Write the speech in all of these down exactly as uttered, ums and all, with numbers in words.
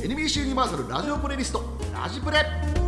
エヌビーシー ユニバーサルラジオプレイリストラジプレ。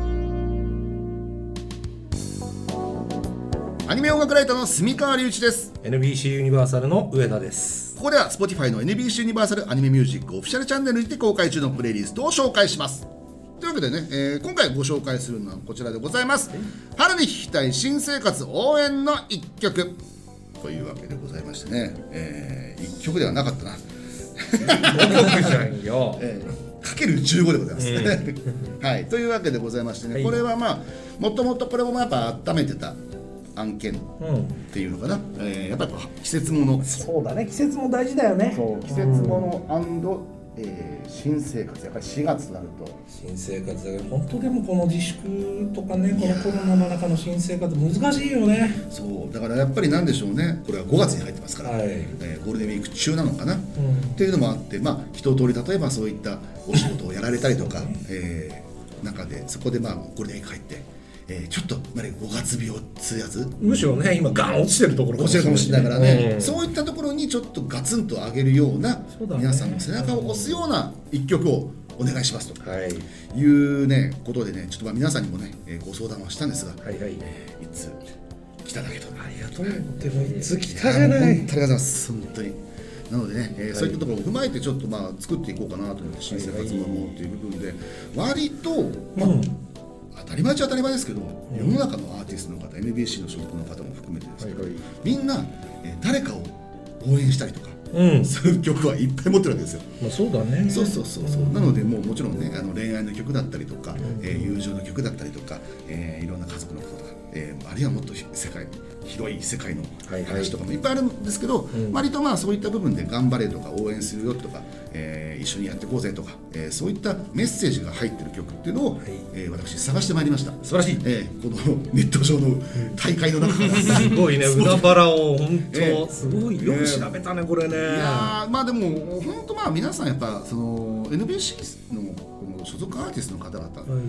アニメ音楽ライターの住川隆一です。 エヌビーシー ユニバーサルの上田です。 ここでは Spotify の エヌビーシー ユニバーサルアニメミュージックオフィシャルチャンネルにて公開中のプレイリストを紹介します。というわけでね、えー、今回ご紹介するのはこちらでございます。春に聴きたい新生活応援の一曲というわけでございましてね、えー、一曲ではなかったなごきょくじゃんよ、 えー、かけるじゅうごでございます、うんはい、というわけでございましてね、はい、これはまあもともとこれもやっぱ温めてた案件っていうのかな、うんえー、やっぱり季節もの。 そうだね、季節も大事だよね。 そう季節もの&えー、新生活、やっぱりしがつになると新生活だけど、本当でもこの自粛とかね、このコロナの中の新生活難しいよね。 そうだからやっぱりなんでしょうね、これはごがつに入ってますから、はいえー、ゴールデンウィーク中なのかな、うん、っていうのもあって、まあ一通り例えばそういったお仕事をやられたりとか、ねえー、中でそこでまあゴールデンウィーク入ってえー、ちょっとごがつ病つうやつむしろね今ガン落ちてるところ落ちてるかもしれないからね、うん、そういったところにちょっとガツンと上げるような、ね、皆さんの背中を押すような一曲をお願いしますというねことでね、ちょっとまあ皆さんにもね、えー、ご相談はしたんですが、はいはいえー、いつ来ただけとありがとうでもいつ来たじゃない、本当にありがとうございます本当に。なのでね、えーはい、そういったところを踏まえてちょっとまあ作っていこうかなと思って、新生活のものっていう部分で割とまあ、うん当たり前っちゃ当たり前ですけど、うん、世の中のアーティストの方 エヌビーシー の所属の方も含めてですけど、はいはい、みんな、えー、誰かを応援したりとか、うん、そういう曲はいっぱい持ってるわけですよ。 まあ、そうだね。 そうそうそうそう、うん、なのでもうもちろんねあの恋愛の曲だったりとか、うんえー、友情の曲だったりとか、えー、いろんな家族のこととか、えー、あるいはもっと世界広い世界の話とかもいっぱいあるんですけど、はいはい、割とまあそういった部分で頑張れとか応援するよとか、えー、一緒にやっていこうぜとか、えー、そういったメッセージが入ってる曲っていうのを、はいえー、私探してまいりました。 素晴らしい、 えー、このネット上の大会の中からすごいね海原を本当、えー、すごいよく調べたねこれね。いやまあでも本当まあ皆さんやっぱその エヌビーシー のこの所属アーティストの方々、はい、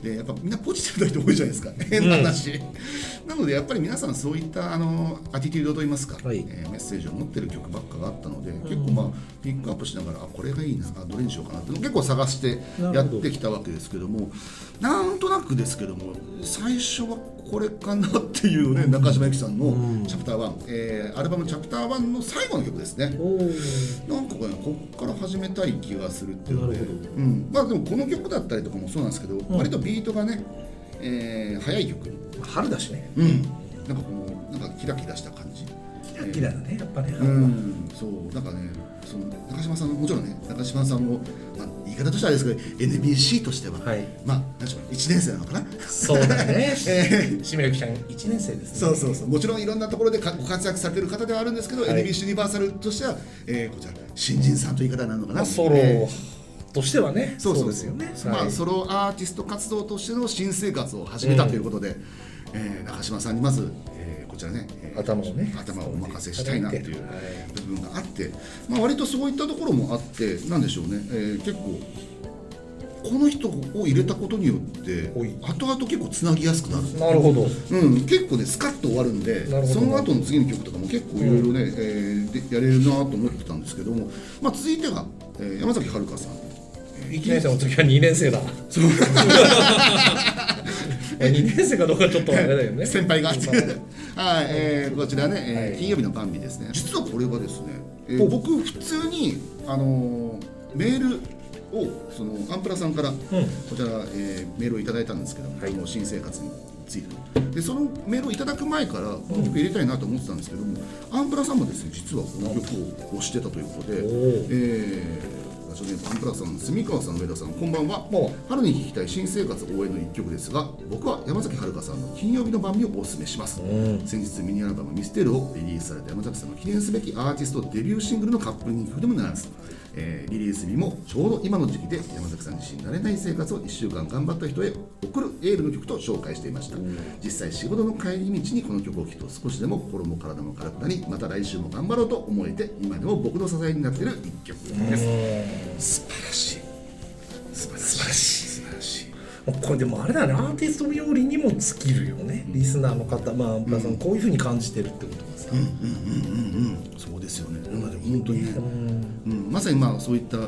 でやっぱみんなポジティブな人多いじゃないですか変な話、うん、なのでやっぱり皆さんそういったあのアティテュードといいますか、はいえー、メッセージを持ってる曲ばっかがあったので、うん、結構まあピックアップしながらあこれがいいなどれにしようかなって結構探してやってきたわけですけども、なんとなくですけども最初はこれかなっていうね、うん、中島由紀さんのチャプターワン、えー、アルバムチャプターワンの最後の曲ですね。なんかねここから始めたい気がするっていうので、うんまあ、でもこの曲だったりとかもそうなんですけど、うん、割とビートがね、えー、速い曲春だしね、 うん、なんかこのなんかキラキラした感じキラキラだねやっぱね、 うん、そうなんかねその中島さんのもちろんね中島さんも、まあ、言い方としてはあれですけど エヌビーシー としては、はい、まあ何でしょういちねん生なのかなそうだねしめゆきちゃんいちねん生ですね。 そうそうそうもちろんいろんなところでご活躍されている方ではあるんですけど、はい、エヌビーシー ユニバーサルとしては、えー、こちら新人さんという言い方になるのかな、まあ、 ソロ、えー、としてはねそうそうですよね、まあ、はい、ソロアーティスト活動としての新生活を始めたということで、うんえー、中島さんにまず、えー、こちらね、えー、 頭をね頭をお任せしたいなっていう部分があって、まあ、割とそういったところもあってなんでしょうね、えー、結構この人を入れたことによって後々結構つなぎやすくなる。 なるほど、 うん、結構ねスカッと終わるんでその後の次の曲とかも結構いろいろね、うんえー、でやれるなと思ってたんですけども、まあ、続いてが、えー、山崎遥さん、 えー、いちねん生の時はにねん生だそうにねん生かどうかちょっとあれだよね先輩がはい、えー、こちらね、えーはい、金曜日のバンビですね。実はこれがですね、えー、僕普通に、あのー、メールをそのアンプラさんからこちら、うんえー、メールをいただいたんですけども、はい、新生活についてでそのメールをいただく前からこの曲入れたいなと思ってたんですけども、うん、アンプラさんもですね実はこの曲を推してたということで、えーアンプラさん、住川さん、上田さん、こんばんは。春に聴きたい新生活応援の一曲ですが、僕は山崎遥さんの金曜日の晩味をお勧めします。うん、先日ミニアルバムミステルをリリースされた山崎さんの記念すべきアーティストデビューシングルのカップリング曲でもならず、えー、リリース日もちょうど今の時期で山崎さん自身慣れない生活をいっしゅうかん頑張った人へ送るエールの曲と紹介していました。うん、実際仕事の帰り道にこの曲を聴くと少しでも心も体も軽くなり、また来週も頑張ろうと思えて今でも僕の支えになっている一曲です。素晴らしい素晴らしい素晴らしい素晴らしい。 これでもあれだね、アーティスト冥利にも尽きるよね、うん、リスナーの方、まあ、アンプラさん、うん、こういう風に感じてるってことがさ、 うんうんうんうんうん、そうですよね。なので本当にね、うんうん、まさにまあそういった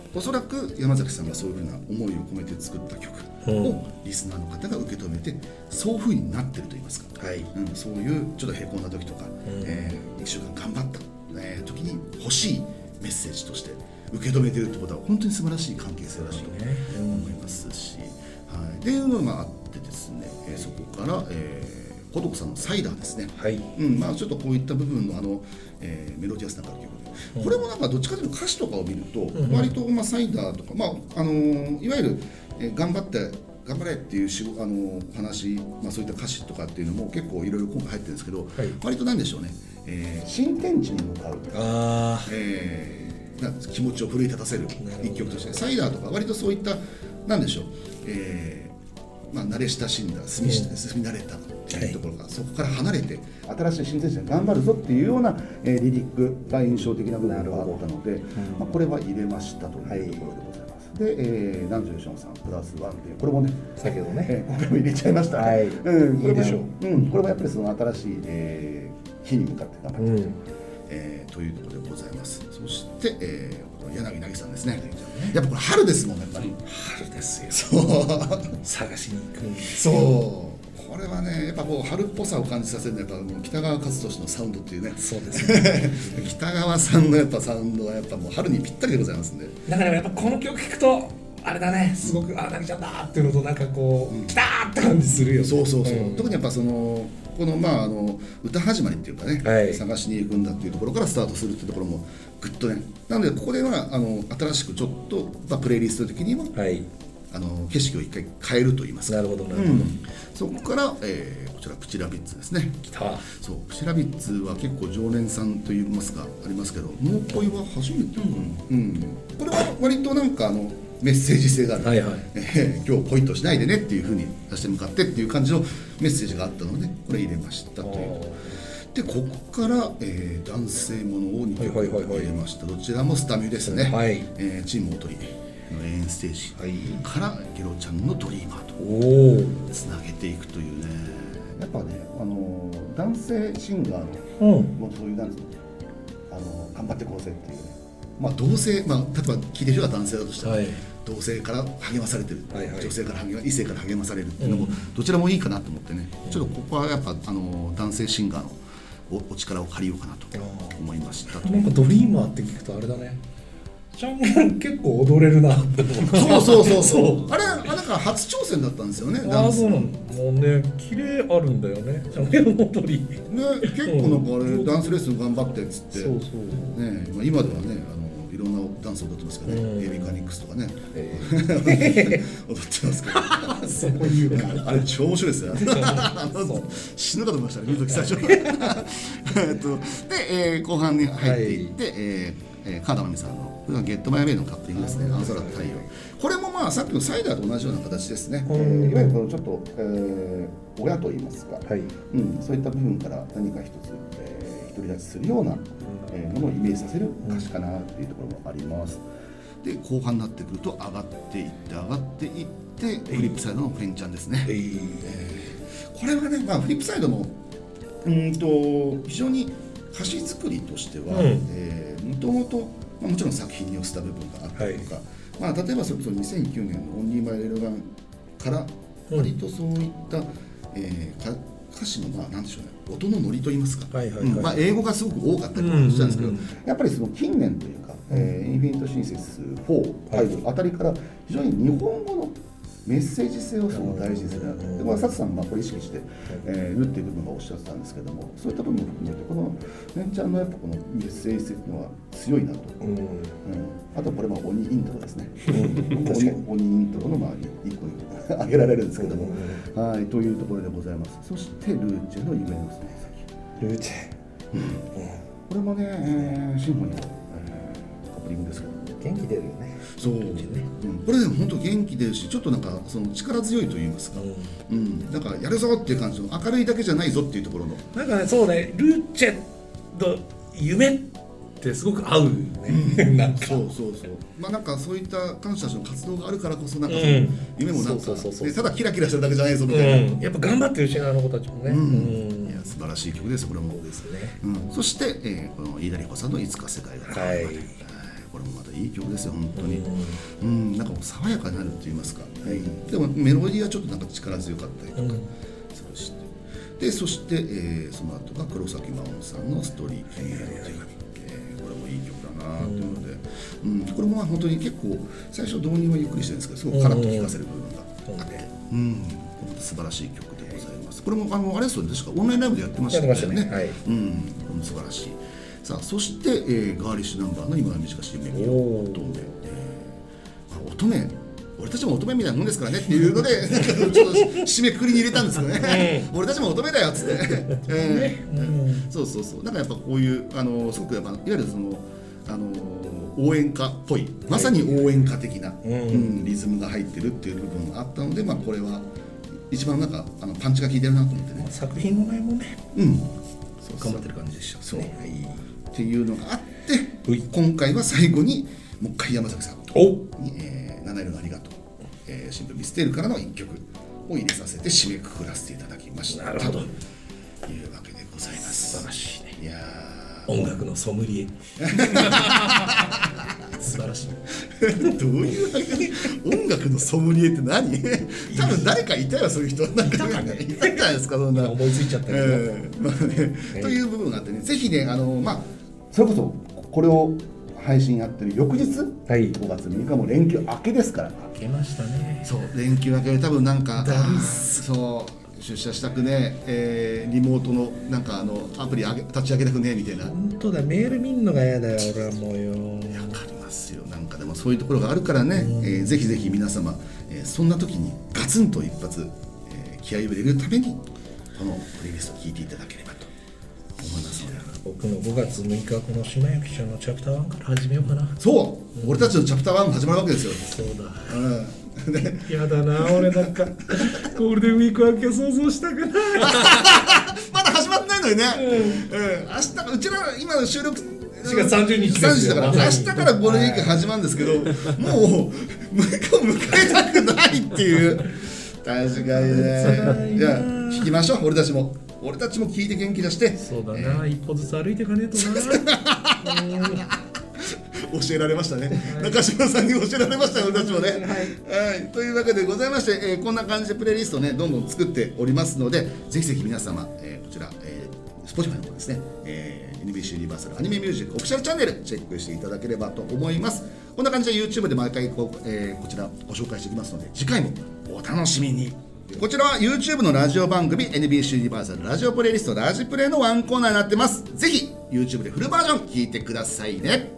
おそらく山崎さんがそういうふうな思いを込めて作った曲をリスナーの方が受け止めて、そういうふうになってると言いますか、はいうん、そういうちょっとへこんだ時とか、うんえー、いっしゅうかん頑張った、えー、時に欲しいメッセージとして受け止めてるってことは本当に素晴らしい関係性だしと思いますし、はい、でいうのがあってですね、えー、そこから、えーポトコさんのサイダーですね、はいうんまあ、ちょっとこういった部分の、あの、えー、メロディアスな楽曲で、うん、これもなんかどっちかというと歌詞とかを見ると、うん、割と、まあ、サイダーとか、まああのー、いわゆる、えー、頑張って頑張れっていうし、あのー、話、まあ、そういった歌詞とかっていうのも結構いろいろ今回入ってるんですけど、はい、割となんでしょうね、えー、新天地に向かうあ、えー、な気持ちを奮い立たせる一曲としてサイダーとか割とそういったなんでしょう、えーまあ、慣れ親しんだ住み住み慣れたっていうところが、はい、そこから離れて新しい新天地で頑張るぞっていうような、えー、リリックが印象的な部分があったので、うんまあ、これは入れましたというところでございます、はい、で、えー、南條吉野さんプラスワンっていうこれもね先ほどね、えー、 今回も入れちゃいました、はいうん、これもいいでしょう、うん、これもやっぱりその新しい、えー、日に向かって頑張っていく、うんえー、というところでございます。そして、えー、柳凪さんですね。やっぱこれ春ですもんね、やっぱり。 春ですよ。 そう探しに行く。 そう。これはね、やっぱこう春っぽさを感じさせるのはやっぱもう北川勝利のサウンドっていうね。 そうですね。 北川さんのやっぱサウンドはやっぱもう春にぴったりでございますんで。 だからやっぱこの曲聴くとあれだね、すごく、うん、あ、凪ちゃんだっていうのとなんかこう、うん、来たーって感じするよね。 そうそうそう。うん、特にやっぱその。このまああの歌始まりっていうかね、はい、探しに行くんだっていうところからスタートするっていうところもグッとね、なのでここではあの新しくちょっと、まあ、プレイリスト的には、はい、あの景色を一回変えると言いますか、 なるほどなるほど、うん、 そこから、えー、こちらプチラビッツですね。 来た。 そうプチラビッツは結構常連さんといいますかありますけど、もう恋は初めてかな、うんうん、これは割となんかあのメッセージ性がある、はいはいえー、今日恋としないでねっていうふうに出して向かってっていう感じのメッセージがあったのでこれ入れましたという。でここから、えー、男性ものをにきょく入れました、はいはいはいはい、どちらもスタミュですね、はいえー、チーム踊りの永遠ステージからゲロちゃんのドリーマーとつなげていくというね。やっぱね、あのー、男性シンガーの、うん、もうそういうなんですか、あのー、頑張ってこうぜっていうね、まあ、同性、まあ、例えば聞いてる人が男性だとしたら、はい、同性から励まされてる、はいはい、女性から励ま異性から励まされるっていうのも、うん、どちらもいいかなと思ってね、うん、ちょっとここはやっぱあの男性シンガーの お, お力を借りようかなと思いましたと。 なんかドリーマーって聞くとあれだね、ちゃん結構踊れるなってそうそうそうそうあれあれなんか初挑戦だったんですよね。 ああそうなの。もうね綺麗あるんだよねちゃんの踊りね。 結構なんかあれ、うん、ダンスレッスン頑張ってっつってそうそうね、まあ、今ではねあのいろんなダンスを踊ってますからね、うん、エビカニックスとかね、えー、踊ってますからそういうかあれ超面白いですよ死ぬかと思いましたね見るとき最初で、えー、後半に入っていって、はいえーえー、川田真美さんのゲットマイウェイのカップリングですね、青空と太陽。これもまあさっきのサイダーと同じような形ですね、えー、いわゆるこのちょっと、えー、親といいますか、はいうん、そういった部分から何か一つ、えー、独り立ちするような、えー、ものをイメージさせる歌詞かなっていうところもあります。で後半になってくると上がっていって上がっていってフリップサイドのフェンちゃんですね、えーえー、これはね、まあ、フリップサイドもうんと非常に歌詞作りとしては、うんえー、もともとまあ、もちろん作品に寄せた部分があったりとか、はいまあ、例えばそれこそにせんきゅうねんのオンリーマイレルガンから割とそういった、うんえー、か歌詞のまあなんでしょうね音のノリといいますか、はいはいはいうんまあ、英語がすごく多かったりとかしたんですけど、うんうんうん、やっぱりその近年というか、えー、インフィニットシンセスフォー、ファイブあたりから非常に日本語のメッセージ性をすごく大事にするなと、でまあ、サツさんもこれ意識して、えー、るっていう部分がおっしゃってたんですけども、そういった部分も含めてこのねんちゃんのやっぱこのメッセージ性っていうのは強いなと、うんうん、あとこれも鬼イントロですね鬼, 鬼イントロのまあいっこに挙げられるんですけども、うん、はいというところでございます。そしてルーチェの夢のその先ルーチェ、 うんうん、これもね、えー、シンフォニーの、えー、カップリングですけど元気出るよね。 そう、ねうん、これでも本当元気出るしちょっとなんかその力強いと言いますか、うんうん、なんかやるぞっていう感じの明るいだけじゃないぞっていうところのなんかねそうねルーチェの夢ってすごく合うね、うん、なんかそうそうそうまあなんかそういった彼女たちの活動があるからこそなんかその夢もなんかただキラキラしてるだけじゃないぞみたいな、うん、 やっぱ頑張ってるしあの子たちもね、うんうん、いや素晴らしい曲ですこれもですね、うん、そして、えー、この飯田理子さんのいつか世界が変わる、はいこれもまたいい曲ですよ本当に。うん、なんかもう爽やかになると言いますか、はい、でもメロディーはちょっとなんか力強かったりとか、うん、そしてでそして、えー、その後が黒崎真音さんの「ストーリー君への手紙」、えー、これもいい曲だなというので、うん、これも本当に結構最初導入はゆっくりしてるんですけどすごくカラッと聴かせる部分があって、うん、これ素晴らしい曲でございます。これもあのあれですよね、確かオンラインライブでやってましたよね。ね、はい、うん、これも素晴らしい。さあそして、えー、ガーリッシュナンバーの今は短しめき乙女、えーまあ、乙女俺たちも乙女みたいなもんですからねっていうのでなんかちょっと締めくくりに入れたんですよね俺たちも乙女だよっつって、えーうん、そうそうそう、なんかやっぱこういうあのすごくやっぱいわゆるそのあの応援歌っぽいまさに応援歌的な、うんうん、リズムが入ってるっていう部分があったので、まあ、これは一番なんかあのパンチが効いてるなと思ってね、まあ、作品の前もね、うん、そう頑張ってる感じでしたね。そう、はい、っていうのがあって今回は最後にもう一回山崎さんに、えー、七色のありがとう、えー、新聞ミステールからの一曲を入れさせて締めくくらせていただきました。なるほどというわけでございます。素晴らしいね。いや音楽のソムリエ素晴らしいどういう音楽のソムリエって何多分誰かいたよそういう人なんかいたかねいたじゃないですかそんな思いついちゃったけど、えーまあねえー、という部分があってねぜひねあのまあそれこそこれを配信やってる翌日、はい、ごがつむいかも連休明けですから明けましたね。そう連休明けで多分なんかそう出社したくね、えー、リモートのなんかあのアプリあげ立ち上げたくねみたいな。本当だメール見んのが嫌だよ俺はもうよ。わかりますよ。なんかでもそういうところがあるからね、うんえー、ぜひぜひ皆様、えー、そんな時にガツンと一発、えー、気合を入れるためにこのプレイリストを聞いていただければと思いますので。僕のごがつむいかこの島焼ちゃんのチャプターワンから始めようかな。そう、うん、俺たちのチャプターワン始まるわけですよ。そうだ、うんやだな俺なんかゴールデンウィーク明け想像したくないまだ始まってないのにね、うんうん、明日うちら今の収録しがつさんじゅうにちですよだから明日からゴールデンウィーク始まるんですけど、はい、もうむいかを迎えたくないっていう確かにね。じゃあ聞きましょう俺たちも俺たちも聞いて元気出して。そうだな、えー、一歩ずつ歩いていかねえとな教えられましたね、はい、中島さんに教えられましたよ俺たちもね、はいはい、というわけでございまして、えー、こんな感じでプレイリストねどんどん作っておりますのでぜひぜひ皆様、えー、こちら、えー、Spotify の方ですね、えー、エヌビーシー ユニバーサルアニメミュージックオフィシャルチャンネルチェックしていただければと思います。こんな感じで YouTube で毎回こう、えー、こちらご紹介していきますので次回もお楽しみに。こちらは YouTube のラジオ番組 エヌビーシー ユニバーサルラジオプレイリストラジプレイのワンコーナーになってます。ぜひ YouTube でフルバージョン聞いてくださいね。